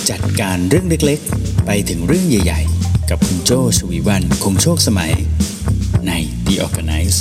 จัดการเรื่องเล็กๆไปถึงเรื่องใหญ่ๆกับคุณโจชวีวรรณคงโชคสมัยใน The Organize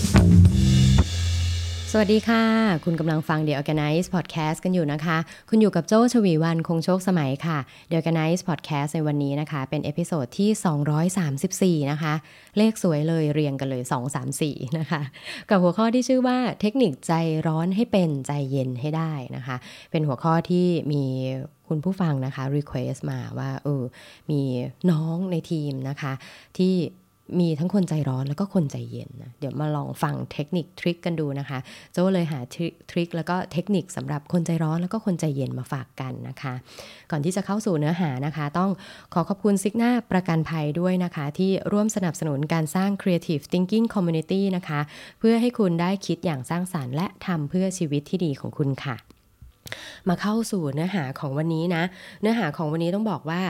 สวัสดีค่ะคุณกำลังฟัง The Organize Podcast กันอยู่นะคะคุณอยู่กับโจ้ชวีวรรณคงโชคสมัยค่ะ The Organize Podcast ในวันนี้นะคะเป็นเอพิโซดที่234นะคะเลขสวยเลยเรียงกันเลย234นะคะกับหัวข้อที่ชื่อว่าเทคนิคใจร้อนให้เป็นใจเย็นให้ได้นะคะเป็นหัวข้อที่มีคุณผู้ฟังนะคะ request มาว่ามีน้องในทีมนะคะที่มีทั้งคนใจร้อนแล้วก็คนใจเย็นนะเดี๋ยวมาลองฟังเทคนิคทริคกันดูนะคะโจ้เลยหาทริคแล้วก็เทคนิคสำหรับคนใจร้อนแล้วก็คนใจเย็นมาฝากกันนะคะก่อนที่จะเข้าสู่เนื้อหานะคะต้องขอขอบคุณซิกนาประกันภัยด้วยนะคะที่ร่วมสนับสนุนการสร้าง Creative Thinking Community นะคะเพื่อให้คุณได้คิดอย่างสร้างสรรค์และทำเพื่อชีวิตที่ดีของคุณค่ะมาเข้าสู่เนื้อหาของวันนี้นะเนื้อหาของวันนี้ต้องบอกว่า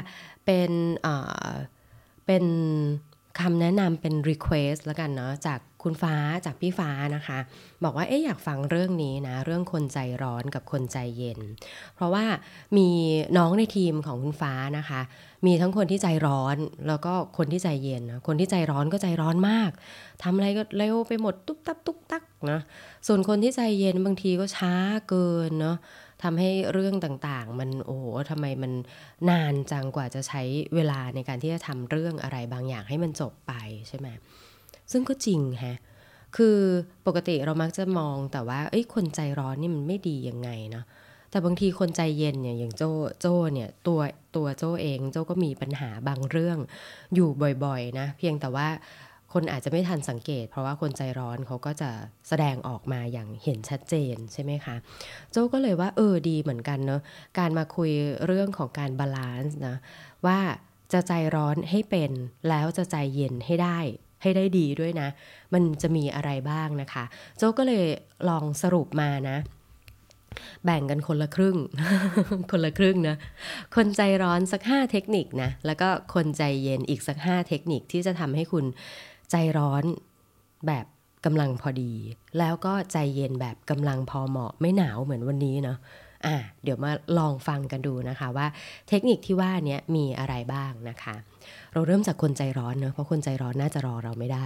เป็นคำแนะนำเป็น request แล้วกันเนาะจากคุณฟ้าจากพี่ฟ้านะคะบอกว่าอยากฟังเรื่องนี้นะเรื่องคนใจร้อนกับคนใจเย็นเพราะว่ามีน้องในทีมของคุณฟ้านะคะมีทั้งคนที่ใจร้อนแล้วก็คนที่ใจเย็นนะคนที่ใจร้อนก็ใจร้อนมากทำอะไรก็เร็วไปหมดตุ๊บตับตุ๊บตักนะส่วนคนที่ใจเย็นบางทีก็ช้าเกินเนาะทำให้เรื่องต่างๆมันทำไมมันนานจังกว่าจะใช้เวลาในการที่จะทำเรื่องอะไรบางอย่างให้มันจบไปใช่ไหมซึ่งก็จริงฮะคือปกติเรามักจะมองแต่ว่าคนใจร้อนนี่มันไม่ดียังไงเนาะแต่บางทีคนใจเย็นเนี่ยอย่างโจ้เนี่ยตัวโจ้เองโจ้ก็มีปัญหาบางเรื่องอยู่บ่อยๆนะเพียงแต่ว่าคนอาจจะไม่ทันสังเกตเพราะว่าคนใจร้อนเขาก็จะแสดงออกมาอย่างเห็นชัดเจนใช่ไหมคะโจ้ก็เลยว่าดีเหมือนกันเนอะการมาคุยเรื่องของการบาลานซ์นะว่าจะใจร้อนให้เป็นแล้วจะใจเย็นให้ได้ดีด้วยนะมันจะมีอะไรบ้างนะคะโจ้ก็เลยลองสรุปมานะแบ่งกันคนละครึ่ง คนละครึ่งนะคนใจร้อนสัก5เทคนิคนะแล้วก็คนใจเย็นอีกสัก5เทคนิคที่จะทำให้คุณใจร้อนแบบกำลังพอดีแล้วก็ใจเย็นแบบกำลังพอเหมาะไม่หนาวเหมือนวันนี้เนาะเดี๋ยวมาลองฟังกันดูนะคะว่าเทคนิคที่ว่านี้มีอะไรบ้างนะคะเราเริ่มจากคนใจร้อนเนอะเพราะคนใจร้อนน่าจะรอเราไม่ได้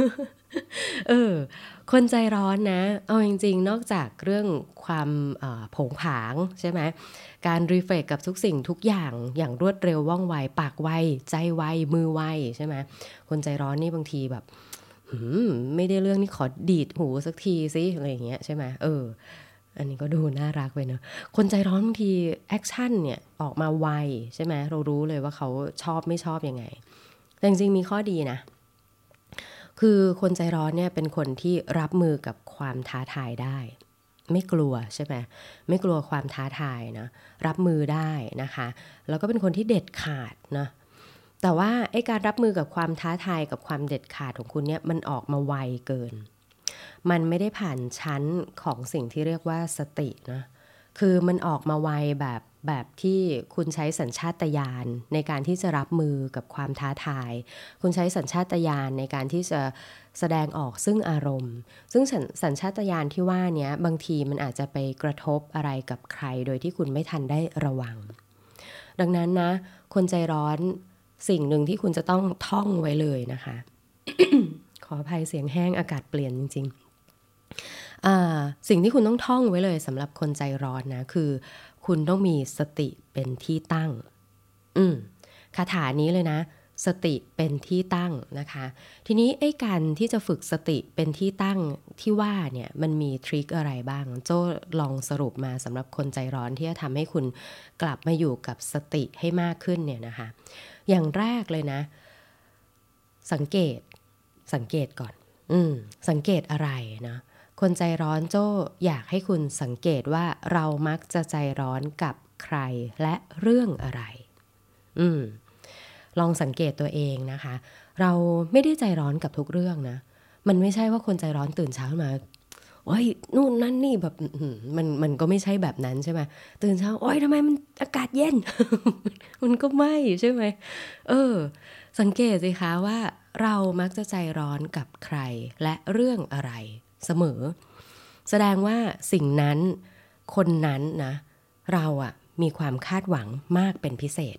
คนใจร้อนนะเอาจริงๆนอกจากเรื่องความโผงผางใช่ไหมการรีเฟล็กกับทุกสิ่งทุกอย่างรวดเร็วว่องไวปากไวใจไวมือไวใช่ไหมคนใจร้อนนี่บางทีแบบไม่ได้เรื่องนี่ขอดีดหูสักทีสิอะไรอย่างเงี้ยใช่ไหมอันนี้ก็ดูน่ารักไปเนอะคนใจร้อนบางทีแอคชั่นเนี่ยออกมาไวใช่ไหมเรารู้เลยว่าเขาชอบไม่ชอบยังไงแต่จริงๆมีข้อดีนะคือคนใจร้อนเนี่ยเป็นคนที่รับมือกับความท้าทายได้ไม่กลัวใช่ไหมไม่กลัวความท้าทายนะรับมือได้นะคะแล้วก็เป็นคนที่เด็ดขาดนะแต่ว่าการรับมือกับความท้าทายกับความเด็ดขาดของคุณเนี่ยมันออกมาไวเกินมันไม่ได้ผ่านชั้นของสิ่งที่เรียกว่าสตินะคือมันออกมาไวแบบที่คุณใช้สัญชาตญาณในการที่จะรับมือกับความท้าทายคุณใช้สัญชาตญาณในการที่จะแสดงออกซึ่งอารมณ์ซึ่งสัญชาตญาณที่ว่านี้บางทีมันอาจจะไปกระทบอะไรกับใครโดยที่คุณไม่ทันได้ระวังดังนั้นนะคนใจร้อนสิ่งหนึ่งที่คุณจะต้องท่องไว้เลยนะคะ ขออภัยเสียงแห้งอากาศเปลี่ยนจริงๆสิ่งที่คุณต้องท่องไว้เลยสำหรับคนใจร้อนนะคือคุณต้องมีสติเป็นที่ตั้งคาถานี้เลยนะสติเป็นที่ตั้งนะคะทีนี้การที่จะฝึกสติเป็นที่ตั้งที่ว่าเนี่ยมันมีทริคอะไรบ้างโจ้ลองสรุปมาสำหรับคนใจร้อนที่จะทำให้คุณกลับมาอยู่กับสติให้มากขึ้นเนี่ยนะคะอย่างแรกเลยนะสังเกตก่อนสังเกตอะไรนะคนใจร้อนโจ้อยากให้คุณสังเกตว่าเรามักจะใจร้อนกับใครและเรื่องอะไรลองสังเกตตัวเองนะคะเราไม่ได้ใจร้อนกับทุกเรื่องนะมันไม่ใช่ว่าคนใจร้อนตื่นเช้ามาโอ้ยนู่นนั่นนี่แบบมันก็ไม่ใช่แบบนั้นใช่ไหมตื่นเช้าโอ้ยทำไมมันอากาศเย็น มันก็ไม่ใช่ไหมสังเกตสิคะว่าเรามักจะใจร้อนกับใครและเรื่องอะไรเสมอแสดงว่าสิ่งนั้นคนนั้นนะเรามีความคาดหวังมากเป็นพิเศษ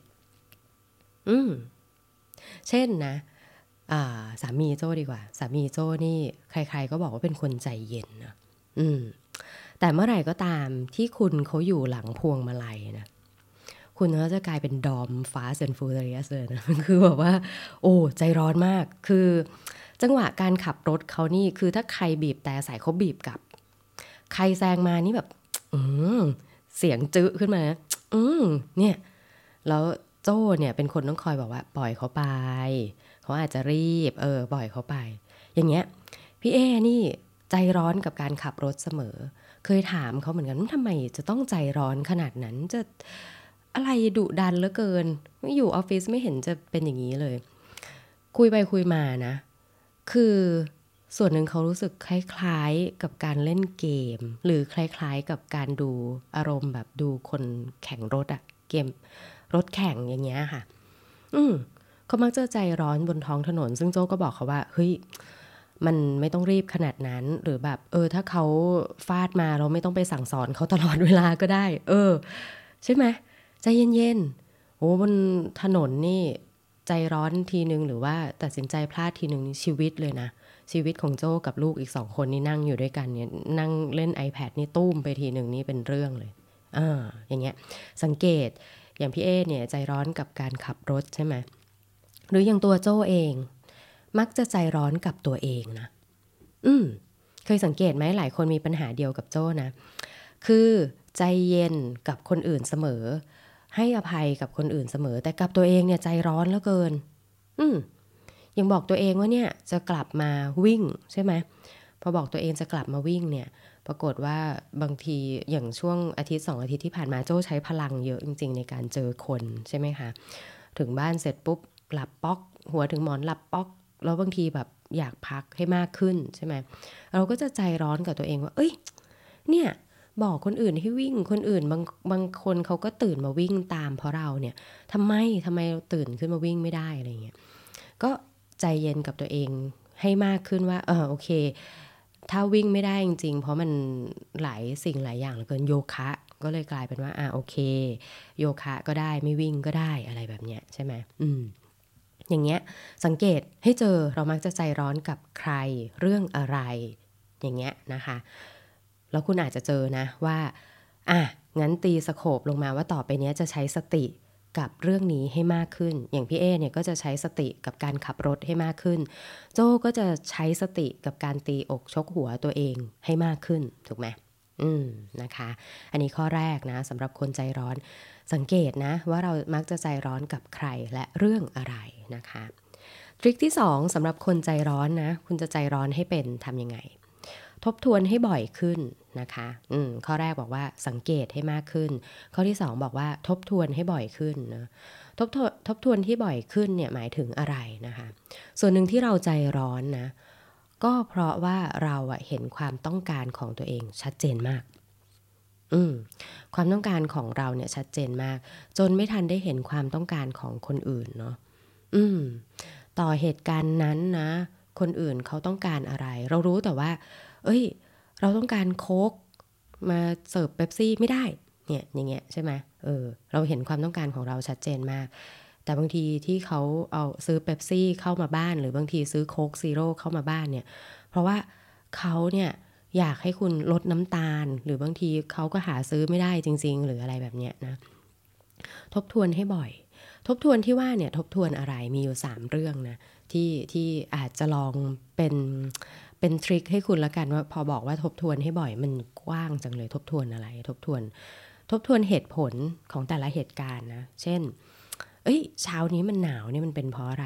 เช่นนะสามีโจ้ดีกว่าสามีโจ้นี่ใครๆก็บอกว่าเป็นคนใจเย็นนะแต่เมื่อไหร่ก็ตามที่คุณเขาอยู่หลังพวงมาลัยนะคุณเขาจะกลายเป็นดอม Fast and Furious เลยนะคือแบบว่าโอ้ใจร้อนมากคือจังหวะการขับรถเขานี่คือถ้าใครบีบแต่ใส่เขาบีบกลับใครแซงมานี่แบบเสียงจื้อขึ้นมาเนี่ยแล้วโจ้เนี่ยเป็นคนต้องคอยบอกว่าปล่อยเขาไปเขาอาจจะรีบปล่อยเขาไปอย่างเงี้ยพี่เอนี่ใจร้อนกับการขับรถเสมอเคยถามเขาเหมือนกันทำไมจะต้องใจร้อนขนาดนั้นจะอะไรดุดันเหลือเกินอยู่ออฟฟิศไม่เห็นจะเป็นอย่างนี้เลยคุยไปคุยมานะคือส่วนหนึ่งเขารู้สึกคล้ายๆกับการเล่นเกมหรือคล้ายๆกับการดูอารมณ์แบบดูคนแข่งรถอะเกมรถแข่งอย่างเงี้ยค่ะเขามักจะใจร้อนบนท้องถนนซึ่งโจ้ก็บอกเขาว่าเฮ้ยมันไม่ต้องรีบขนาดนั้นหรือแบบถ้าเขาฟาดมาเราไม่ต้องไปสั่งสอนเขาตลอดเวลาก็ได้ใช่ไหมใจเย็นๆโอ้บนถนนนี่ใจร้อนทีนึงหรือว่าตัดสินใจพลาดทีนึงชีวิตเลยนะชีวิตของโจ้กับลูกอีก2คนนี่นั่งอยู่ด้วยกันเนี่ยนั่งเล่น iPad นี่ตุ้มไปทีนึงนี่เป็นเรื่องเลยอย่างเงี้ยสังเกตอย่างพี่เอเนี่ยใจร้อนกับการขับรถใช่ไหมหรืออย่างตัวโจ้เองมักจะใจร้อนกับตัวเองนะเคยสังเกตไหมหลายคนมีปัญหาเดียวกับโจ้นะคือใจเย็นกับคนอื่นเสมอให้อภัยกับคนอื่นเสมอแต่กับตัวเองเนี่ยใจร้อนเหลือเกินยังบอกตัวเองว่าเนี่ยจะกลับมาวิ่งใช่ไหมพอบอกตัวเองจะกลับมาวิ่งเนี่ยปรากฏว่าบางทีอย่างช่วงอาทิตย์2อาทิตย์ที่ผ่านมาโจ้ใช้พลังเยอะจริงๆในการเจอคนใช่ไหมคะถึงบ้านเสร็จปุ๊บหลับป๊อกหัวถึงหมอนหลับป๊อกแล้วบางทีแบบอยากพักให้มากขึ้นใช่ไหมเราก็จะใจร้อนกับตัวเองว่าเนี่ยบอกคนอื่นให้วิ่งคนอื่นบางคนเขาก็ตื่นมาวิ่งตามเพราะเราเนี่ยทำไมเราตื่นขึ้นมาวิ่งไม่ได้อะไรเงี้ยก็ใจเย็นกับตัวเองให้มากขึ้นว่าโอเคถ้าวิ่งไม่ได้จริงๆเพราะมันหลายสิ่งหลายอย่างเหลือเกินโยคะก็เลยกลายเป็นว่าโอเคโยคะก็ได้ไม่วิ่งก็ได้อะไรแบบเนี้ยใช่ไหมอย่างเงี้ยสังเกตให้เจอเรามักจะใจร้อนกับใครเรื่องอะไรอย่างเงี้ยนะคะแล้วคุณอาจจะเจอนะว่างั้นตีสโคปลงมาว่าต่อไปนี้จะใช้สติกับเรื่องนี้ให้มากขึ้นอย่างพี่เอเนี่ยก็จะใช้สติกับการขับรถให้มากขึ้นโจ้ก็จะใช้สติกับการตีอกชกหัวตัวเองให้มากขึ้นถูกไหมนะคะอันนี้ข้อแรกนะสำหรับคนใจร้อนสังเกตนะว่าเรามักจะใจร้อนกับใครและเรื่องอะไรนะคะทริคที่2สำหรับคนใจร้อนนะคุณจะใจร้อนให้เป็นทำยังไงทบทวนให้บ่อยขึ้นนะคะข้อแรกบอกว่าสังเกตให้มากขึ้นข้อที่2บอกว่าทบทวนให้บ่อยขึ้นนะทบทวนที่บ่อยขึ้นเนี่ยหมายถึงอะไรนะคะส่วนหนึ่งที่เราใจร้อนนะก็เพราะว่าเราเห็นความต้องการของตัวเองชัดเจนมากความต้องการของเราเนี่ยชัดเจนมากจนไม่ทันได้เห็นความต้องการของคนอื่นเนาะต่อเหตุการณ์นั้นนะคนอื่นเขาต้องการอะไรเรารู้แต่ว่าเราต้องการโค้กมาเสิร์ฟเป๊ปซี่ไม่ได้เนี่ยอย่างเงี้ยใช่ไหมเราเห็นความต้องการของเราชัดเจนมากแต่บางทีที่เขาเอาซื้อเป๊ปซี่เข้ามาบ้านหรือบางทีซื้อโค้กซีโร่เข้ามาบ้านเนี่ยเพราะว่าเขาเนี่ยอยากให้คุณลดน้ำตาลหรือบางทีเขาก็หาซื้อไม่ได้จริงๆหรืออะไรแบบเนี้ยนะทบทวนให้บ่อยทบทวนที่ว่าเนี่ยทบทวนอะไรมีอยู่3เรื่องนะที่อาจจะลองเป็นทริคให้คุณละกันว่าพอบอกว่าทบทวนให้บ่อยมันกว้างจังเลยทบทวนอะไรทบทวนเหตุผลของแต่ละเหตุการณ์นะเช่นเช้านี้มันหนาวเนี่ยมันเป็นเพราะอะไร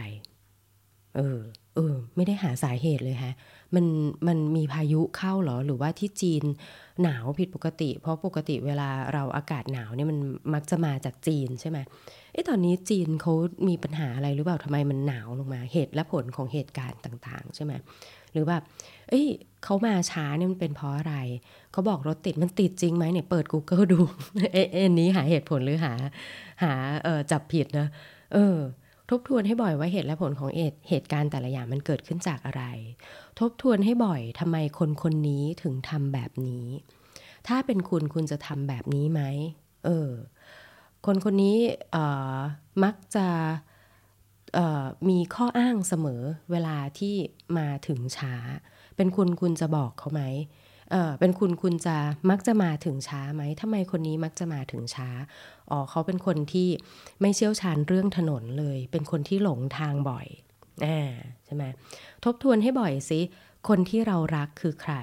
ไม่ได้หาสาเหตุเลยฮะมันมีพายุเข้าเหรอหรือว่าที่จีนหนาวผิดปกติเพราะปกติเวลาเราอากาศหนาวเนี่ยมันมักจะมาจากจีนใช่ไหมตอนนี้จีนเขามีปัญหาอะไรหรือเปล่าทำไมมันหนาวลงมาเหตุและผลของเหตุการณ์ต่างๆใช่ไหมหรือแบบเขามาช้าเนี่ยมันเป็นเพราะอะไรเขาบอกรถติดมันติดจริงไหมเนี่ยเปิด Google ดูนี้หาเหตุผลหรือหาจับผิดนะทบทวนให้บ่อยว่าเหตุและผลของเหตุการณ์แต่ละอย่างมันเกิดขึ้นจากอะไรทบทวนให้บ่อยทำไมคนนี้ถึงทำแบบนี้ถ้าเป็นคุณจะทำแบบนี้ไหมเออคนคนนี้มักจะมีข้ออ้างเสมอเวลาที่มาถึงช้าเป็นคุณจะบอกเขาไหมเป็นคุณจะมักจะมาถึงช้าไหมทำไมคนนี้มักจะมาถึงช้าเขาเป็นคนที่ไม่เชี่ยวชาญเรื่องถนนเลยเป็นคนที่หลงทางบ่อยใช่ไหมทบทวนให้บ่อยสิคนที่เรารักคือใคร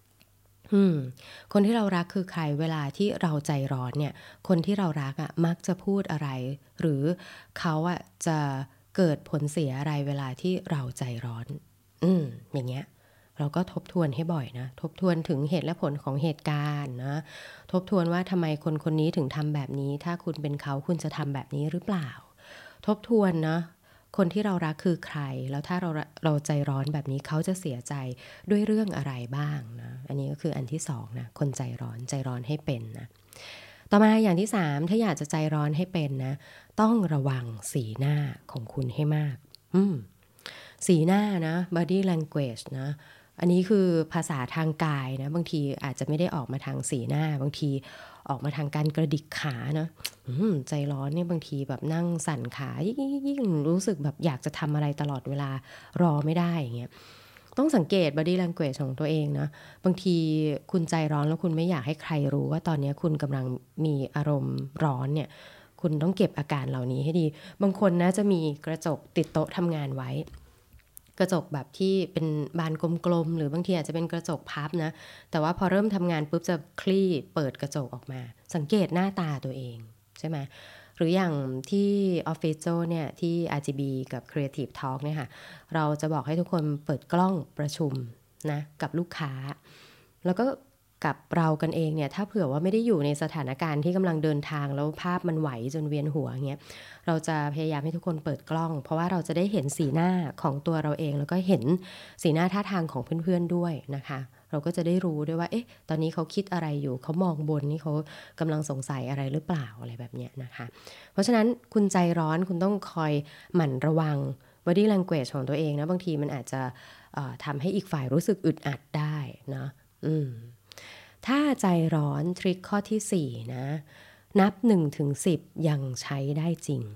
คนที่เรารักคือใครเวลาที่เราใจร้อนเนี่ยคนที่เรารักมักจะพูดอะไรหรือเขาจะเกิดผลเสียอะไรเวลาที่เราใจร้อนอย่างเงี้ยเราก็ทบทวนให้บ่อยนะทบทวนถึงเหตุและผลของเหตุการณ์นะทบทวนว่าทำไมคนคนนี้ถึงทำแบบนี้ถ้าคุณเป็นเขาคุณจะทำแบบนี้หรือเปล่าทบทวนนะคนที่เรารักคือใครแล้วถ้าเราใจร้อนแบบนี้เขาจะเสียใจด้วยเรื่องอะไรบ้างนะอันนี้ก็คืออันที่2นะคนใจร้อนให้เป็นนะต่อมาอย่างที่3ถ้าอยากจะใจร้อนให้เป็นนะต้องระวังสีหน้าของคุณให้มากสีหน้านะ body language นะอันนี้คือภาษาทางกายนะบางทีอาจจะไม่ได้ออกมาทางสีหน้าบางทีออกมาทางการกระดิกขานะใจร้อนเนี่ยบางทีแบบนั่งสั่นขายิ่งรู้สึกแบบอยากจะทำอะไรตลอดเวลารอไม่ได้อย่างเงี้ยต้องสังเกต body language ของตัวเองนะบางทีคุณใจร้อนแล้วคุณไม่อยากให้ใครรู้ว่าตอนนี้คุณกำลังมีอารมณ์ร้อนเนี่ยคุณต้องเก็บอาการเหล่านี้ให้ดีบางคนนะจะมีกระจกติดโต๊ะทำงานไว้กระจกแบบที่เป็นบานกลมๆหรือบางทีอาจจะเป็นกระจกพับนะแต่ว่าพอเริ่มทำงานปุ๊บจะคลี่เปิดกระจกออกมาสังเกตหน้าตาตัวเองใช่ไหมหรืออย่างที่ออฟฟิศโจเนี่ยที่ RGB กับ Creative Talk เนี่ยค่ะเราจะบอกให้ทุกคนเปิดกล้องประชุมนะกับลูกค้าแล้วก็กับเรากันเองเนี่ยถ้าเผื่อว่าไม่ได้อยู่ในสถานการณ์ที่กำลังเดินทางแล้วภาพมันไหวจนเวียนหัวเงี้ยเราจะพยายามให้ทุกคนเปิดกล้องเพราะว่าเราจะได้เห็นสีหน้าของตัวเราเองแล้วก็เห็นสีหน้าท่าทางของเพื่อนๆด้วยนะคะเราก็จะได้รู้ด้วยว่าเอ๊ะตอนนี้เขาคิดอะไรอยู่เขามองบนนี่เขากำลังสงสัยอะไรหรือเปล่าอะไรแบบเนี้ยนะคะเพราะฉะนั้นคุณใจร้อนคุณต้องคอยหมั่นระวัง body language ของตัวเองนะบางทีมันอาจจะทำให้อีกฝ่ายรู้สึกอึดอัดได้นะถ้าใจร้อนทริคข้อที่4นะนับ1 ถึง 10ยังใช้ได้จริง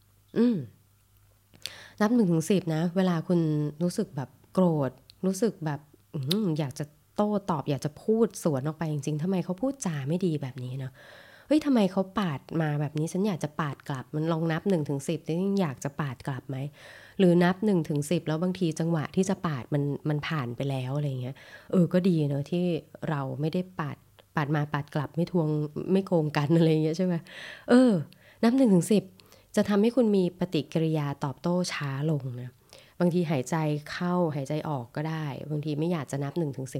นับ1 ถึง 10นะเวลาคุณรู้สึกแบบโกรธรู้สึกแบบอยากจะโต้ตอบอยากจะพูดสวนออกไปจริงๆทำไมเขาพูดจาไม่ดีแบบนี้เนาะเฮ้ยทำไมเขาปาดมาแบบนี้ฉันอยากจะปาดกลับมันลองนับ1 ถึง 10แล้วอยากจะปาดกลับไหมหรือนับ1 ถึง 10แล้วบางทีจังหวะที่จะปาดมันผ่านไปแล้วอะไรเงี้ยก็ดีเนอะที่เราไม่ได้ปาดมาปาดกลับไม่ทวงไม่โกงกันอะไรเงี้ยใช่ไหมนับ1 ถึง 10จะทำให้คุณมีปฏิกิริยาตอบโต้ช้าลงนะบางทีหายใจเข้าหายใจออกก็ได้บางทีไม่อยากจะนับ1 ถึง 10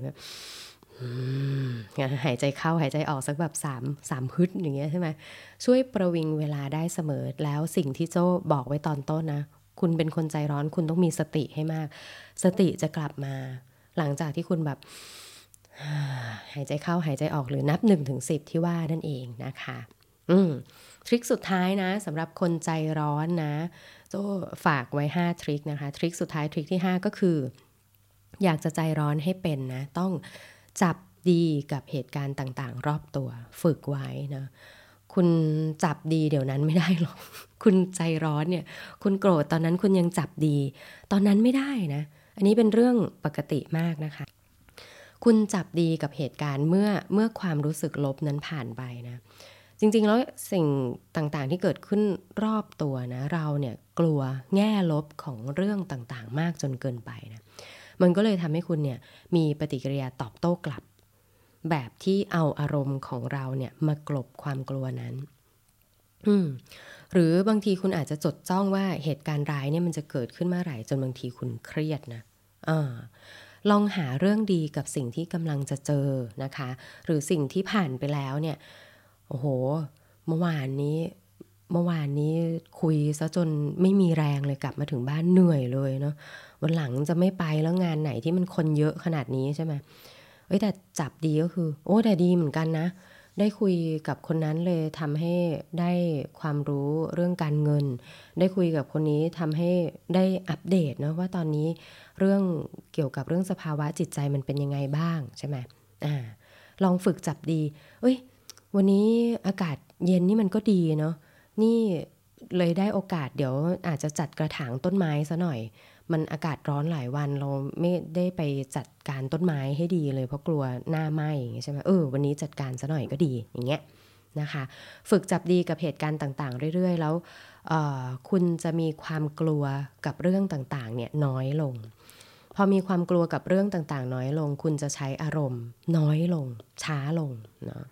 หายใจเข้าหายใจออกสักแบบ3ฮึดอย่างเงี้ยใช่ไหมช่วยประวิงเวลาได้เสมอแล้วสิ่งที่โจ้บอกไว้ตอนต้นนะคุณเป็นคนใจร้อนคุณต้องมีสติให้มากสติจะกลับมาหลังจากที่คุณแบบหายใจเข้าหายใจออกหรือนับ1 ถึง 10ที่ว่านั่นเองนะคะทริคสุดท้ายนะสำหรับคนใจร้อนนะโจ้ฝากไว้5ทริคนะคะทริคสุดท้ายทริคที่5ก็คืออยากจะใจร้อนให้เป็นนะต้องจับดีกับเหตุการณ์ต่างๆรอบตัวฝึกไว้นะคุณจับดีเดี๋ยวนั้นไม่ได้หรอกคุณใจร้อนเนี่ยคุณโกรธตอนนั้นคุณยังจับดีตอนนั้นไม่ได้นะอันนี้เป็นเรื่องปกติมากนะคะคุณจับดีกับเหตุการณ์เมื่อความรู้สึกลบนั้นผ่านไปนะจริงๆแล้วสิ่งต่างๆที่เกิดขึ้นรอบตัวนะเราเนี่ยกลัวแง่ลบของเรื่องต่างๆมากจนเกินไปนะมันก็เลยทำให้คุณเนี่ยมีปฏิกิริยาตอบโต้กลับแบบที่เอาอารมณ์ของเราเนี่ยมากลบความกลัวนั้นหรือบางทีคุณอาจจะจดจ้องว่าเหตุการณ์ร้ายเนี่ยมันจะเกิดขึ้นเมื่อไหร่จนบางทีคุณเครียดนะลองหาเรื่องดีกับสิ่งที่กำลังจะเจอนะคะหรือสิ่งที่ผ่านไปแล้วเนี่ยโอ้โหเมื่อวานนี้คุยซะจนไม่มีแรงเลยกลับมาถึงบ้านเหนื่อยเลยเนาะวันหลังจะไม่ไปแล้วงานไหนที่มันคนเยอะขนาดนี้ใช่ไหมแต่จับดีก็คือแต่ดีเหมือนกันนะได้คุยกับคนนั้นเลยทำให้ได้ความรู้เรื่องการเงินได้คุยกับคนนี้ทำให้ได้อัปเดตนะว่าตอนนี้เรื่องเกี่ยวกับเรื่องสภาวะจิตใจมันเป็นยังไงบ้างใช่ไหมลองฝึกจับดีวันนี้อากาศเย็นนี่มันก็ดีเนาะนี่เลยได้โอกาสเดี๋ยวอาจจะจัดกระถางต้นไม้ซะหน่อยมันอากาศร้อนหลายวันเราไม่ได้ไปจัดการต้นไม้ให้ดีเลยเพราะกลัวหน้าไหม้ใช่ไหมวันนี้จัดการซะหน่อยก็ดีอย่างเงี้ยนะคะฝึกจับดีกับเหตุการณ์ต่างๆเรื่อยๆแล้วคุณจะมีความกลัวกับเรื่องต่างๆเนี่ยน้อยลงพอมีความกลัวกับเรื่องต่างๆน้อยลงคุณจะใช้อารมณ์น้อยลงช้าลงเนาะ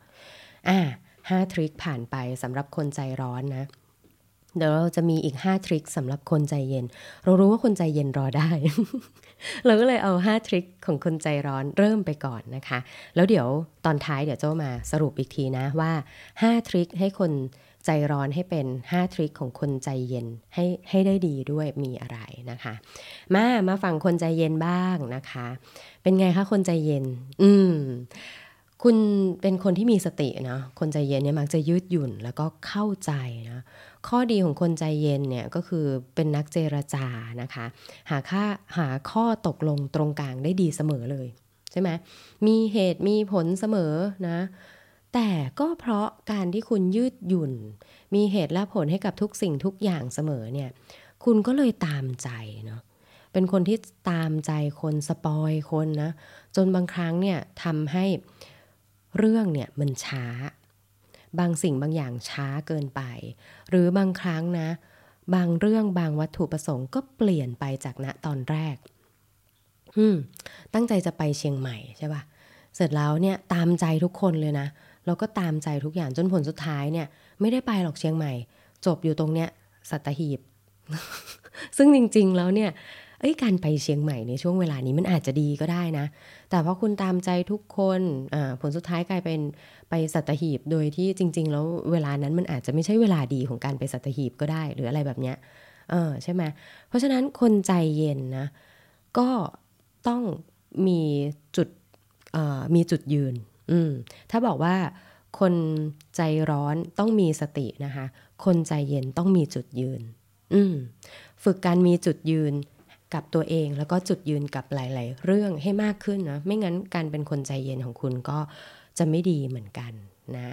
5 ทริคผ่านไปสำหรับคนใจร้อนนะเดี๋ยวเราจะมีอีก5 ทริคสำหรับคนใจเย็นเรารู้ว่าคนใจเย็นรอได้ เราก็เลยเอา5 ทริคของคนใจร้อนเริ่มไปก่อนนะคะแล้วเดี๋ยวตอนท้ายเดี๋ยวโจ้มาสรุปอีกทีนะว่า5 ทริคให้คนใจร้อนให้เป็น5 ทริคของคนใจเย็นให้ได้ดีด้วยมีอะไรนะคะมาฟังคนใจเย็นบ้างนะคะเป็นไงคะคนใจเย็นคุณเป็นคนที่มีสตินะคนใจเย็นเนี่ยมักจะยืดหยุ่นแล้วก็เข้าใจนะข้อดีของคนใจเย็นเนี่ยก็คือเป็นนักเจรจานะคะหาข้อตกลงตรงกลางได้ดีเสมอเลยใช่ไหมมีเหตุมีผลเสมอนะแต่ก็เพราะการที่คุณยืดหยุ่นมีเหตุและผลให้กับทุกสิ่งทุกอย่างเสมอเนี่ยคุณก็เลยตามใจเนาะเป็นคนที่ตามใจคนสปอยคนนะจนบางครั้งเนี่ยทำให้เรื่องเนี่ยมันช้าบางสิ่งบางอย่างช้าเกินไปหรือบางครั้งนะบางเรื่องบางวัตถุประสงค์ก็เปลี่ยนไปจากณตอนแรกตั้งใจจะไปเชียงใหม่ใช่ป่ะเสร็จแล้วเนี่ยตามใจทุกคนเลยนะแล้วก็ตามใจทุกอย่างจนผลสุดท้ายเนี่ยไม่ได้ไปหรอกเชียงใหม่จบอยู่ตรงเนี้ยสัตหีบ ซึ่งจริงๆแล้วเนี่ยการไปเชียงใหม่ในช่วงเวลานี้มันอาจจะดีก็ได้นะแต่เพราะคุณตามใจทุกคนผลสุดท้ายกลายเป็นไปสัตหีบโดยที่จริงๆแล้วเวลานั้นมันอาจจะไม่ใช่เวลาดีของการไปสัตหีบก็ได้หรืออะไรแบบเนี้ยใช่ไหมเพราะฉะนั้นคนใจเย็นนะก็ต้องมีจุดยืนถ้าบอกว่าคนใจร้อนต้องมีสตินะคะคนใจเย็นต้องมีจุดยืนฝึกการมีจุดยืนกับตัวเองแล้วก็จุดยืนกับหลายๆเรื่องให้มากขึ้นนะไม่งั้นการเป็นคนใจเย็นของคุณก็จะไม่ดีเหมือนกันนะ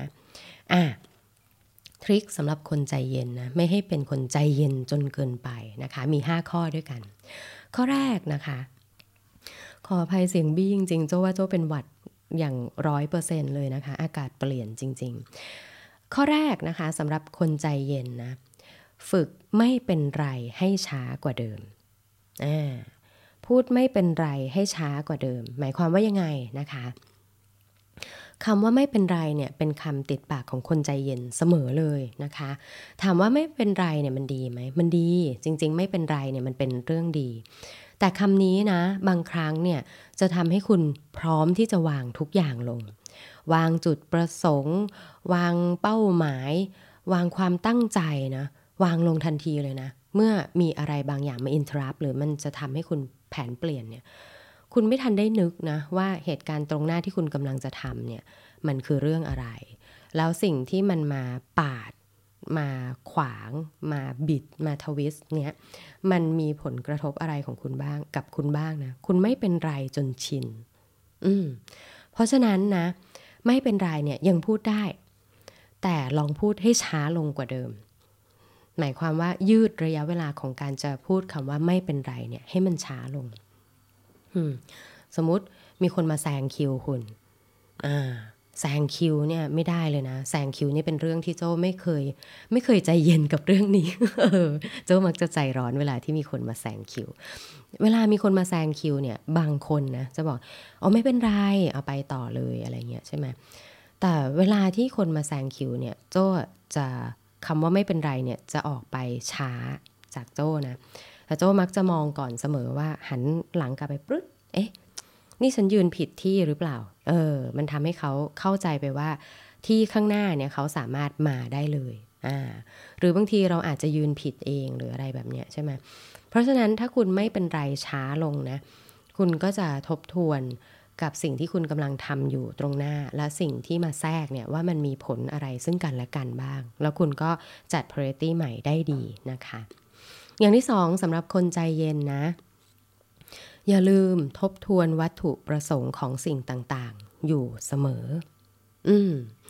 ทริคสำหรับคนใจเย็นนะไม่ให้เป็นคนใจเย็นจนเกินไปนะคะมี5ข้อด้วยกันข้อแรกนะคะขออภัยเสียงบี้จริงๆโจ้ว่าโจ้เป็นหวัดอย่าง 100% เลยนะคะอากาศเปลี่ยนจริงๆข้อแรกนะคะสำหรับคนใจเย็นนะฝึกไม่เป็นไรให้ช้ากว่าเดิมพูดไม่เป็นไรให้ช้ากว่าเดิมหมายความว่ายังไงนะคะคำว่าไม่เป็นไรเนี่ยเป็นคำติดปากของคนใจเย็นเสมอเลยนะคะถามว่าไม่เป็นไรเนี่ยมันดีไหมมันดีจริงๆไม่เป็นไรเนี่ยมันเป็นเรื่องดีแต่คำนี้นะบางครั้งเนี่ยจะทำให้คุณพร้อมที่จะวางทุกอย่างลงวางจุดประสงค์วางเป้าหมายวางความตั้งใจนะวางลงทันทีเลยนะเมื่อมีอะไรบางอย่างมาอินทรัพหรือมันจะทำให้คุณแผนเปลี่ยนเนี่ยคุณไม่ทันได้นึกนะว่าเหตุการณ์ตรงหน้าที่คุณกำลังจะทำเนี่ยมันคือเรื่องอะไรแล้วสิ่งที่มันมาปาดมาขวางมาบิดมาทวิสต์เนี่ยมันมีผลกระทบอะไรของคุณบ้างกับคุณบ้างนะคุณไม่เป็นไรจนชินเพราะฉะนั้นนะไม่เป็นไรเนี่ยยังพูดได้แต่ลองพูดให้ช้าลงกว่าเดิมหมายความว่ายืดระยะเวลาของการจะพูดคำว่าไม่เป็นไรเนี่ยให้มันช้าลงสมมุติมีคนมาแซงคิวคุณแซงคิวเนี่ยไม่ได้เลยนะแซงคิวนี่เป็นเรื่องที่โจ้ไม่เคยใจเย็นกับเรื่องนี้ โจ้มักจะใจร้อนเวลาที่มีคนมาแซงคิวเวลามีคนมาแซงคิวเนี่ยบางคนนะจะบอกไม่เป็นไรเอาไปต่อเลยอะไรเงี้ยใช่ไหมแต่เวลาที่คนมาแซงคิวเนี่ยโจ้จะคำว่าไม่เป็นไรเนี่ยจะออกไปช้าจากโจ้นะแต่โจ้มักจะมองก่อนเสมอว่าหันหลังกลับไปปึ๊ดนี่ฉันยืนผิดที่หรือเปล่ามันทำให้เขาเข้าใจไปว่าที่ข้างหน้าเนี่ยเขาสามารถมาได้เลยหรือบางทีเราอาจจะยืนผิดเองหรืออะไรแบบเนี้ยใช่ไหมเพราะฉะนั้นถ้าคุณไม่เป็นไรช้าลงนะคุณก็จะทบทวนกับสิ่งที่คุณกำลังทำอยู่ตรงหน้าและสิ่งที่มาแทรกเนี่ยว่ามันมีผลอะไรซึ่งกันและกันบ้างแล้วคุณก็จัด priority ใหม่ได้ดีนะคะอย่างที่2สำหรับคนใจเย็นนะอย่าลืมทบทวนวัตถุประสงค์ของสิ่งต่างๆอยู่เสมอท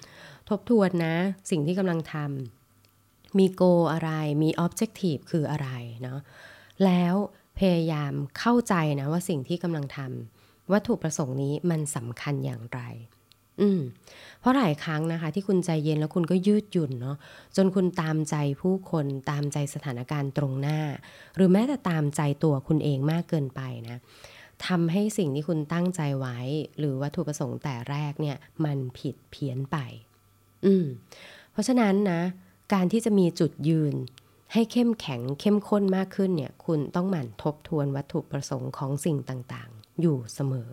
ทบทวนนะสิ่งที่กำลังทำมี goal อะไรมี objective คืออะไรเนาะแล้วพยายามเข้าใจนะว่าสิ่งที่กำลังทำวัตถุประสงค์นี้มันสำคัญอย่างไรเพราะหลายครั้งนะคะที่คุณใจเย็นแล้วคุณก็ยืดหยุ่นเนาะจนคุณตามใจผู้คนตามใจสถานการณ์ตรงหน้าหรือแม้แต่ตามใจตัวคุณเองมากเกินไปนะทำให้สิ่งที่คุณตั้งใจไว้หรือวัตถุประสงค์แต่แรกเนี่ยมันผิดเพี้ยนไปเพราะฉะนั้นนะการที่จะมีจุดยืนให้เข้มแข็งเข้มข้นมากขึ้นเนี่ยคุณต้องหมั่นทบทวนวัตถุประสงค์ของสิ่งต่างๆอยู่เสมอ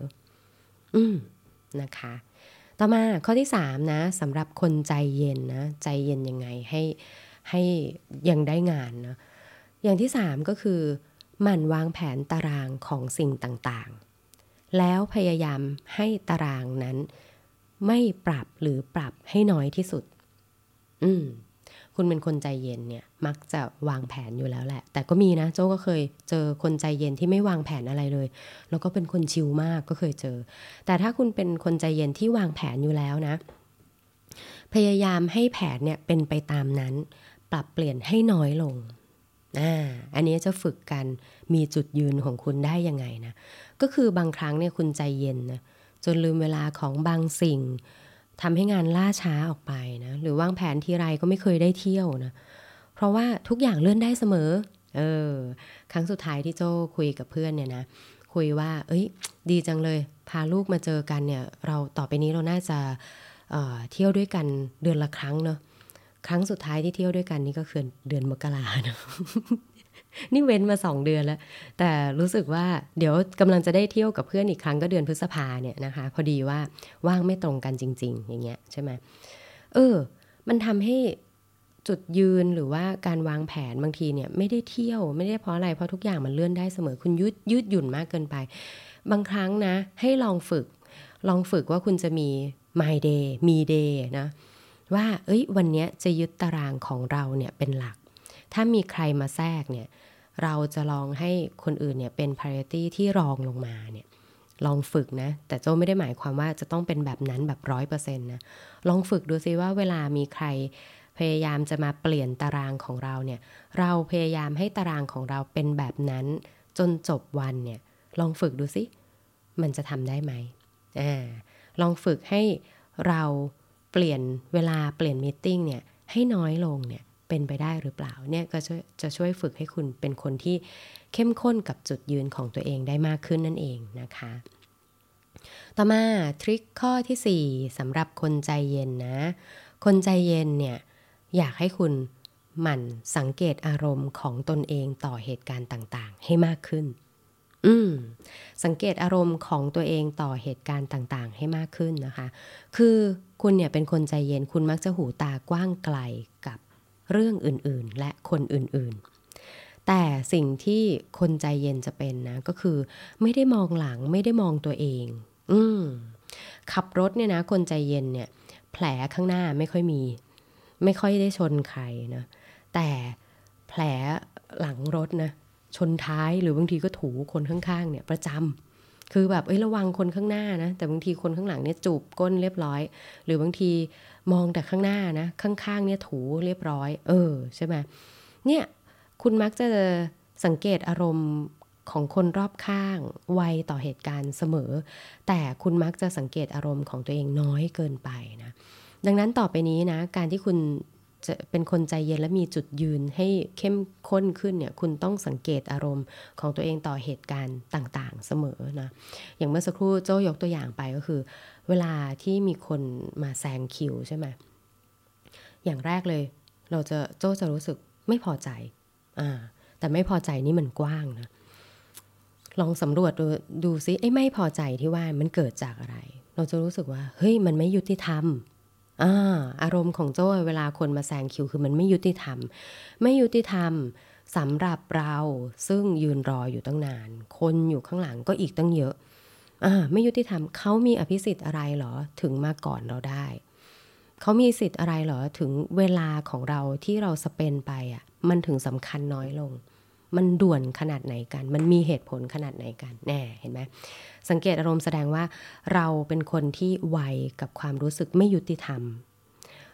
นะคะต่อมาข้อที่3นะสำหรับคนใจเย็นนะใจเย็นยังไงให้ยังได้งานนะอย่างที่3ก็คือหมั่นวางแผนตารางของสิ่งต่างๆแล้วพยายามให้ตารางนั้นไม่ปรับหรือปรับให้น้อยที่สุดคุณเป็นคนใจเย็นเนี่ยมักจะวางแผนอยู่แล้วแหละแต่ก็มีนะโจ้ก็เคยเจอคนใจเย็นที่ไม่วางแผนอะไรเลยแล้วก็เป็นคนชิลมากก็เคยเจอแต่ถ้าคุณเป็นคนใจเย็นที่วางแผนอยู่แล้วนะพยายามให้แผนเนี่ยเป็นไปตามนั้นปรับเปลี่ยนให้น้อยลงอันนี้จะฝึกกันมีจุดยืนของคุณได้ยังไงนะก็คือบางครั้งเนี่ยคุณใจเย็นนะจนลืมเวลาของบางสิ่งทำให้งานล่าช้าออกไปนะหรือวางแผนทีไรก็ไม่เคยได้เที่ยวนะเพราะว่าทุกอย่างเลื่อนได้เสมอครั้งสุดท้ายที่โจ้คุยกับเพื่อนเนี่ยนะคุยว่าดีจังเลยพาลูกมาเจอกันเนี่ยเราต่อไปนี้เราน่าจะเที่ยวด้วยกันเดือนละครั้งเนาะครั้งสุดท้ายที่เที่ยวด้วยกันนี่ก็คือเดือนมกราเนาะ นี่เว้นมา2เดือนแล้วแต่รู้สึกว่าเดี๋ยวกำลังจะได้เที่ยวกับเพื่อนอีกครั้งก็เดือนพฤษภาเนี่ยนะคะพอดีว่าว่างไม่ตรงกันจริงๆอย่างเงี้ยใช่ไหมมันทำให้จุดยืนหรือว่าการวางแผนบางทีเนี่ยไม่ได้เที่ยวไม่ได้เพราะอะไรเพราะทุกอย่างมันเลื่อนได้เสมอคุณยืดหยุ่นมากเกินไปบางครั้งนะให้ลองฝึกว่าคุณจะมี my day มี day นะว่าวันนี้จะยึดตารางของเราเนี่ยเป็นหลักถ้ามีใครมาแทรกเนี่ยเราจะลองให้คนอื่นเนี่ยเป็น priority ที่รองลงมาเนี่ยลองฝึกนะแต่โจ้ไม่ได้หมายความว่าจะต้องเป็นแบบนั้นแบบ 100% นะลองฝึกดูซิว่าเวลามีใครพยายามจะมาเปลี่ยนตารางของเราเนี่ยเราพยายามให้ตารางของเราเป็นแบบนั้นจนจบวันเนี่ยลองฝึกดูซิมันจะทำได้ไหมลองฝึกให้เราเปลี่ยนเวลาเปลี่ยนมีตติ้งเนี่ยให้น้อยลงเนี่ยเป็นไปได้หรือเปล่าเนี่ยก็จะช่วยฝึกให้คุณเป็นคนที่เข้มข้นกับจุดยืนของตัวเองได้มากขึ้นนั่นเองนะคะต่อมาทริคข้อที่4สำหรับคนใจเย็นนะคนใจเย็นเนี่ยอยากให้คุณหมั่นสังเกตอารมณ์ของตนเองต่อเหตุการณ์ต่างๆให้มากขึ้นสังเกตอารมณ์ของตัวเองต่อเหตุการณ์ต่างๆให้มากขึ้นนะคะคือคุณเนี่ยเป็นคนใจเย็นคุณมักจะหูตากว้างไกลกับเรื่องอื่นๆและคนอื่นๆแต่สิ่งที่คนใจเย็นจะเป็นนะก็คือไม่ได้มองหลังไม่ได้มองตัวเองขับรถเนี่ยนะคนใจเย็นเนี่ยแผลข้างหน้าไม่ค่อยมีไม่ค่อยได้ชนใครนะแต่แผลหลังรถนะชนท้ายหรือบางทีก็ถูคนข้างๆเนี่ยประจำคือแบบระวังคนข้างหน้านะแต่บางทีคนข้างหลังเนี่ยจูบก้นเรียบร้อยหรือบางทีมองแต่ข้างหน้านะข้างๆเนี่ยถูเรียบร้อยใช่ไหมเนี่ยคุณมักจะสังเกตอารมณ์ของคนรอบข้างไวต่อเหตุการณ์เสมอแต่คุณมักจะสังเกตอารมณ์ของตัวเองน้อยเกินไปนะดังนั้นต่อไปนี้นะการที่คุณจะเป็นคนใจเย็นและมีจุดยืนให้เข้มข้นขึ้นเนี่ยคุณต้องสังเกตอารมณ์ของตัวเองต่อเหตุการณ์ต่างๆเสมอนะอย่างเมื่อสักครู่โจ้ยกตัวอย่างไปก็คือเวลาที่มีคนมาแซงคิวใช่ไหมอย่างแรกเลยโจ้จะรู้สึกไม่พอใจแต่ไม่พอใจนี่มันกว้างนะลองสำรวจดูซิไม่พอใจที่ว่ามันเกิดจากอะไรเราจะรู้สึกว่ามันไม่ยุติธรรมอารมณ์ของโจ้เวลาคนมาแซงคิวคือมันไม่ยุติธรรมสำหรับเราซึ่งยืนรออยู่ตั้งนานคนอยู่ข้างหลังก็อีกตั้งเยอะไม่ยุติธรรมเขามีอภิสิทธิ์อะไรเหรอถึงมาก่อนเราได้เขามีสิทธิ์อะไรเหรอถึงเวลาของเราที่เราสเปนไปมันถึงสำคัญน้อยลงมันด่วนขนาดไหนกันมันมีเหตุผลขนาดไหนกันแน่เห็นไหมสังเกตอารมณ์แสดงว่าเราเป็นคนที่ไวกับความรู้สึกไม่ยุติธรรม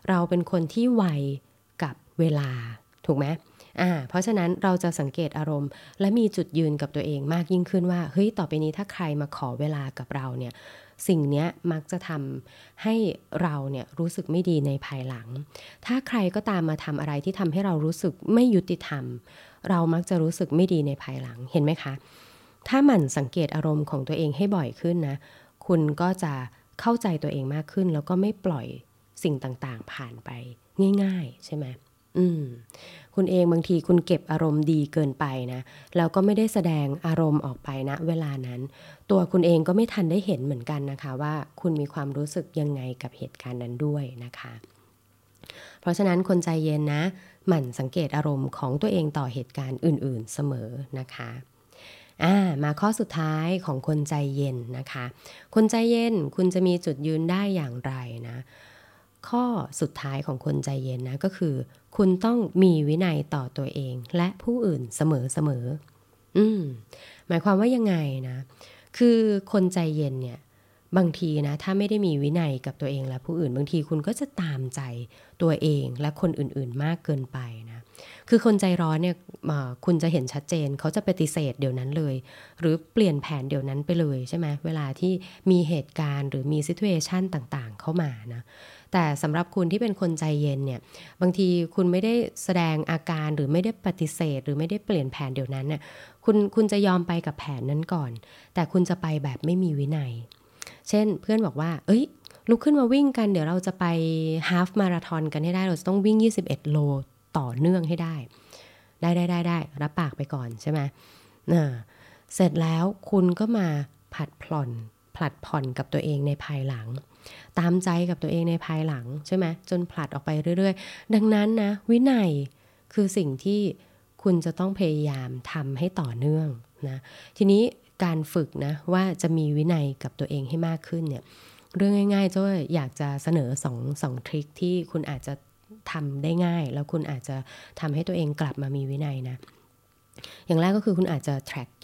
เราเป็นคนที่ไวกับเวลาถูกไหมเพราะฉะนั้นเราจะสังเกตอารมณ์และมีจุดยืนกับตัวเองมากยิ่งขึ้นว่าเฮ้ยต่อไปนี้ถ้าใครมาขอเวลากับเราเนี่ยสิ่งนี้มักจะทำให้เราเนี่ยรู้สึกไม่ดีในภายหลังถ้าใครก็ตามมาทำอะไรที่ทำให้เรารู้สึกไม่ยุติธรรมเรามักจะรู้สึกไม่ดีในภายหลังเห็นไหมคะถ้าหมั่นสังเกตอารมณ์ของตัวเองให้บ่อยขึ้นนะคุณก็จะเข้าใจตัวเองมากขึ้นแล้วก็ไม่ปล่อยสิ่งต่างๆผ่านไปง่ายๆใช่ไหมคุณเองบางทีคุณเก็บอารมณ์ดีเกินไปนะแล้วก็ไม่ได้แสดงอารมณ์ออกไปนะเวลานั้นตัวคุณเองก็ไม่ทันได้เห็นเหมือนกันนะคะว่าคุณมีความรู้สึกยังไงกับเหตุการณ์นั้นด้วยนะคะเพราะฉะนั้นคนใจเย็นนะหมั่นสังเกตอารมณ์ของตัวเองต่อเหตุการณ์อื่นๆเสมอนะคะมาข้อสุดท้ายของคนใจเย็นนะคะคนใจเย็นคุณจะมีจุดยืนได้อย่างไรนะข้อสุดท้ายของคนใจเย็นนะก็คือคุณต้องมีวินัยต่อตัวเองและผู้อื่นเสมอหมายความว่ายังไงนะคือคนใจเย็นเนี่ยบางทีนะถ้าไม่ได้มีวินัยกับตัวเองและผู้อื่นบางทีคุณก็จะตามใจตัวเองและคนอื่นๆมากเกินไปนะคือคนใจร้อนเนี่ยคุณจะเห็นชัดเจนเขาจะปฏิเสธเดี๋ยวนั้นเลยหรือเปลี่ยนแผนเดี๋ยวนั้นไปเลยใช่ไหมเวลาที่มีเหตุการณ์หรือมีซิทูเอชันต่างๆเข้ามานะแต่สำหรับคุณที่เป็นคนใจเย็นเนี่ยบางทีคุณไม่ได้แสดงอาการหรือไม่ได้ปฏิเสธหรือไม่ได้เปลี่ยนแผนเดี๋ยวนั้นเนี่ยคุณจะยอมไปกับแผนนั้นก่อนแต่คุณจะไปแบบไม่มีวินัยเช่นเพื่อนบอกว่าลุกขึ้นมาวิ่งกันเดี๋ยวเราจะไปฮาล์ฟมาราธอนกันให้ได้เราจะต้องวิ่ง21โลต่อเนื่องให้ได้รับปากไปก่อนใช่ไหมเสร็จแล้วคุณก็มาผลัดผ่อนกับตัวเองในภายหลังตามใจกับตัวเองในภายหลังใช่ไหมจนผลัดออกไปเรื่อยๆดังนั้นนะวินัยคือสิ่งที่คุณจะต้องพยายามทำให้ต่อเนื่องนะทีนี้การฝึกนะว่าจะมีวินัยกับตัวเองให้มากขึ้นเนี่ยเรื่องง่ายๆจ้อยอยากจะเสนอสองทริคที่คุณอาจจะทำได้ง่ายแล้วคุณอาจจะทำให้ตัวเองกลับมามีวินัยนะอย่างแรกก็คือคุณอาจจะ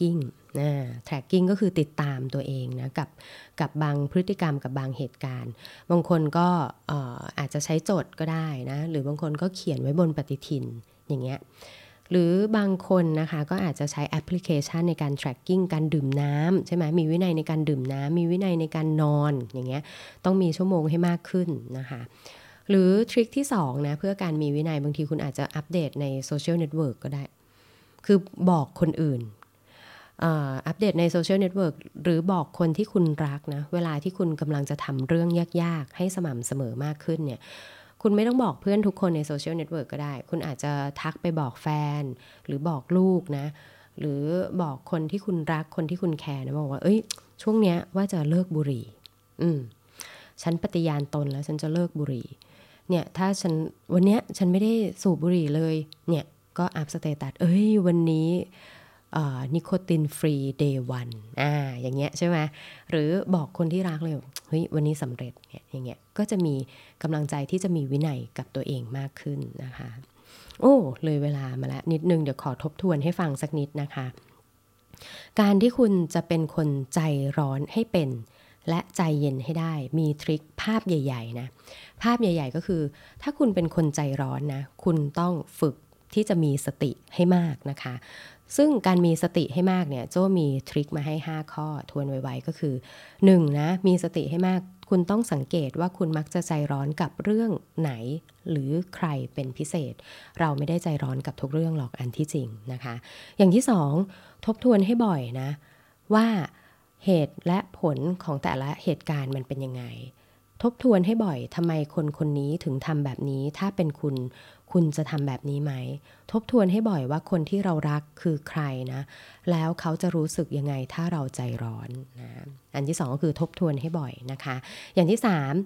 tracking ก็คือติดตามตัวเองนะกับบางพฤติกรรมกับบางเหตุการณ์บางคนก็อาจจะใช้จดก็ได้นะหรือบางคนก็เขียนไว้บนปฏิทินอย่างเงี้ยหรือบางคนนะคะก็อาจจะใช้แอปพลิเคชันในการ tracking การดื่มน้ำใช่ไหมมีวินัยในการดื่มน้ำมีวินัยในการนอนอย่างเงี้ยต้องมีชั่วโมงให้มากขึ้นนะคะหรือทริคที่2นะเพื่อการมีวินัยบางทีคุณอาจจะอัปเดตในโซเชียลเน็ตเวิร์กก็ได้คือบอกคนอื่นอัปเดตในโซเชียลเน็ตเวิร์กหรือบอกคนที่คุณรักนะเวลาที่คุณกำลังจะทำเรื่องยากๆให้สม่ำเสมอมากขึ้นเนี่ยคุณไม่ต้องบอกเพื่อนทุกคนในโซเชียลเน็ตเวิร์กก็ได้คุณอาจจะทักไปบอกแฟนหรือบอกลูกนะหรือบอกคนที่คุณรักคนที่คุณแคร์นะบอกว่าช่วงเนี้ยว่าจะเลิกบุหรี่ฉันปฏิญาณตนแล้วฉันจะเลิกบุหรี่เนี่ยถ้าวันเนี้ยฉันไม่ได้สูบบุหรี่เลยเนี่ยก็อัพสเตตัสวันนี้นิโคตินฟรีเดย์วันอย่างเงี้ยใช่ไหมหรือบอกคนที่รักเลยวันนี้สำเร็จเนี่ยอย่างเงี้ยก็จะมีกำลังใจที่จะมีวินัยกับตัวเองมากขึ้นนะคะเลยเวลามาแล้วนิดนึงเดี๋ยวขอทบทวนให้ฟังสักนิดนะคะการที่คุณจะเป็นคนใจร้อนให้เป็นและใจเย็นให้ได้มีทริคภาพใหญ่ๆนะภาพใหญ่ๆก็คือถ้าคุณเป็นคนใจร้อนนะคุณต้องฝึกที่จะมีสติให้มากนะคะซึ่งการมีสติให้มากเนี่ยโจ้มีทริคมาให้5ข้อทวนไวๆก็คือ1นะมีสติให้มากคุณต้องสังเกตว่าคุณมักจะใจร้อนกับเรื่องไหนหรือใครเป็นพิเศษเราไม่ได้ใจร้อนกับทุกเรื่องหรอกอันที่จริงนะคะอย่างที่2ทบทวนให้บ่อยนะว่าเหตุและผลของแต่ละเหตุการณ์มันเป็นยังไงทบทวนให้บ่อยทำไมคนนี้ถึงทำแบบนี้ถ้าเป็นคุณจะทำแบบนี้ไหมทบทวนให้บ่อยว่าคนที่เรารักคือใครนะแล้วเขาจะรู้สึกยังไงถ้าเราใจร้อนนะอันที่2ก็คือทบทวนให้บ่อยนะคะอย่างที่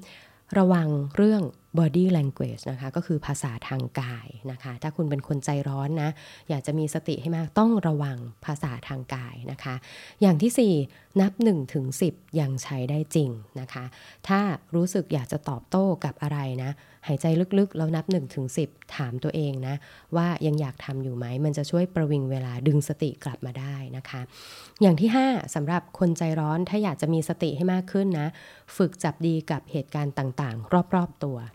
3ระวังเรื่อง body language นะคะก็คือภาษาทางกายนะคะถ้าคุณเป็นคนใจร้อนนะอยากจะมีสติให้มากต้องระวังภาษาทางกายนะคะอย่างที่4นับ1ถึง10ยังใช้ได้จริงนะคะถ้ารู้สึกอยากจะตอบโต้กับอะไรนะหายใจลึกๆแล้วนับ1ถึง10ถามตัวเองนะว่ายังอยากทำอยู่ไหมมันจะช่วยประวิงเวลาดึงสติกลับมาได้นะคะอย่างที่5สำหรับคนใจร้อนถ้าอยากจะมีสติให้มากขึ้นนะฝึกจับดีกับเหตุการณ์ต่างๆรอบๆตัวนะ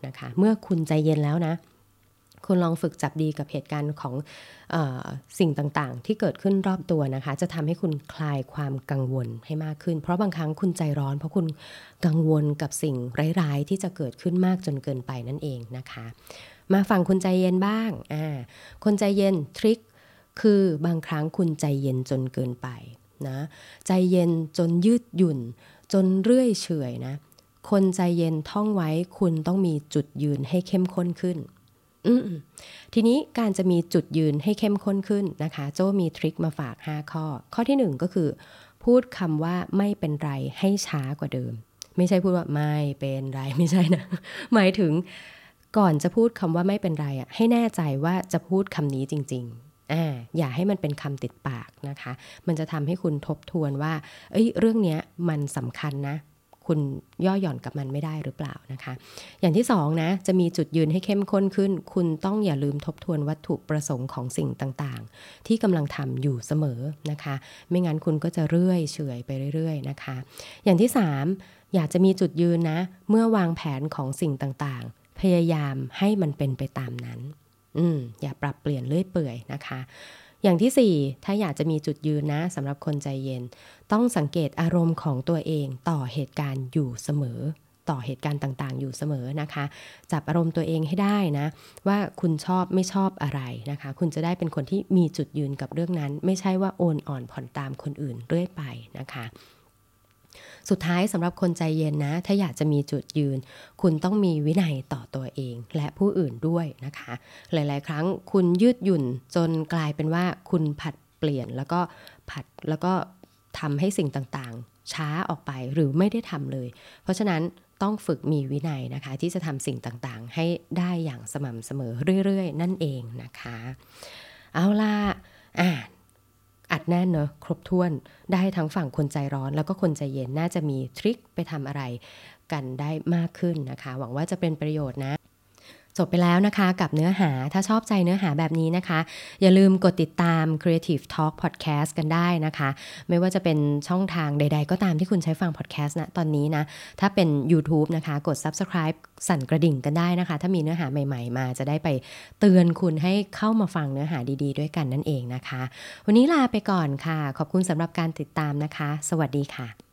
นะคะเมื่อคุณใจเย็นแล้วนะคุณลองฝึกจับดีกับเหตุการณ์ของสิ่งต่างๆที่เกิดขึ้นรอบตัวนะคะจะทำให้คุณคลายความกังวลให้มากขึ้นเพราะบางครั้งคุณใจร้อนเพราะคุณกังวลกับสิ่งร้ายๆที่จะเกิดขึ้นมากจนเกินไปนั่นเองนะคะมาฟังคุณใจเย็นบ้างคนใจเย็นทริคคือบางครั้งคุณใจเย็นจนเกินไปนะใจเย็นจนยืดหยุ่นจนเรื่อยเฉยนะคนใจเย็นท่องไว้คุณต้องมีจุดยืนให้เข้มข้นขึ้นทีนี้การจะมีจุดยืนให้เข้มข้นขึ้นนะคะโจ้มีทริคมาฝาก5ข้อที่1ก็คือพูดคำว่าไม่เป็นไรให้ช้ากว่าเดิมไม่ใช่พูดว่าไม่เป็นไรไม่ใช่นะหมายถึงก่อนจะพูดคำว่าไม่เป็นไรให้แน่ใจว่าจะพูดคำนี้จริงๆอย่าให้มันเป็นคำติดปากนะคะมันจะทำให้คุณทบทวนว่าเรื่องนี้มันสำคัญนะคุณย่อหย่อนกับมันไม่ได้หรือเปล่านะคะอย่างที่2นะจะมีจุดยืนให้เข้มข้นขึ้นคุณต้องอย่าลืมทบทวนวัตถุประสงค์ของสิ่งต่างๆที่กำลังทำอยู่เสมอนะคะไม่งั้นคุณก็จะเรื่อยเฉยไปเรื่อยๆนะคะอย่างที่3อยากจะมีจุดยืนนะเมื่อวางแผนของสิ่งต่างๆพยายามให้มันเป็นไปตามนั้นอย่าปรับเปลี่ยนเรื่อยเปื่อยนะคะอย่างที่4ถ้าอยากจะมีจุดยืนนะสำหรับคนใจเย็นต้องสังเกตอารมณ์ของตัวเองต่อเหตุการณ์อยู่เสมอต่อเหตุการณ์ต่างๆอยู่เสมอนะคะจับอารมณ์ตัวเองให้ได้นะว่าคุณชอบไม่ชอบอะไรนะคะคุณจะได้เป็นคนที่มีจุดยืนกับเรื่องนั้นไม่ใช่ว่าโอนอ่อนผ่อนตามคนอื่นเรื่อยไปนะคะสุดท้ายสำหรับคนใจเย็นนะถ้าอยากจะมีจุดยืนคุณต้องมีวินัยต่อตัวเองและผู้อื่นด้วยนะคะหลายๆครั้งคุณยืดหยุ่นจนกลายเป็นว่าคุณผัดเปลี่ยนแล้วก็ทำให้สิ่งต่างๆช้าออกไปหรือไม่ได้ทำเลยเพราะฉะนั้นต้องฝึกมีวินัยนะคะที่จะทำสิ่งต่างๆให้ได้อย่างสม่ำเสมอเรื่อยๆนั่นเองนะคะเอาล่ะอัดแน่นเนอะครบถ้วนได้ทั้งฝั่งคนใจร้อนแล้วก็คนใจเย็นน่าจะมีทริคไปทำอะไรกันได้มากขึ้นนะคะหวังว่าจะเป็นประโยชน์นะจบไปแล้วนะคะกับเนื้อหาถ้าชอบใจเนื้อหาแบบนี้นะคะอย่าลืมกดติดตาม Creative Talk Podcast กันได้นะคะไม่ว่าจะเป็นช่องทางใดๆก็ตามที่คุณใช้ฟัง podcast นะตอนนี้นะถ้าเป็น YouTube นะคะกด Subscribe สั่นกระดิ่งกันได้นะคะถ้ามีเนื้อหาใหม่ๆมาจะได้ไปเตือนคุณให้เข้ามาฟังเนื้อหาดีๆด้วยกันนั่นเองนะคะวันนี้ลาไปก่อนค่ะขอบคุณสำหรับการติดตามนะคะสวัสดีค่ะ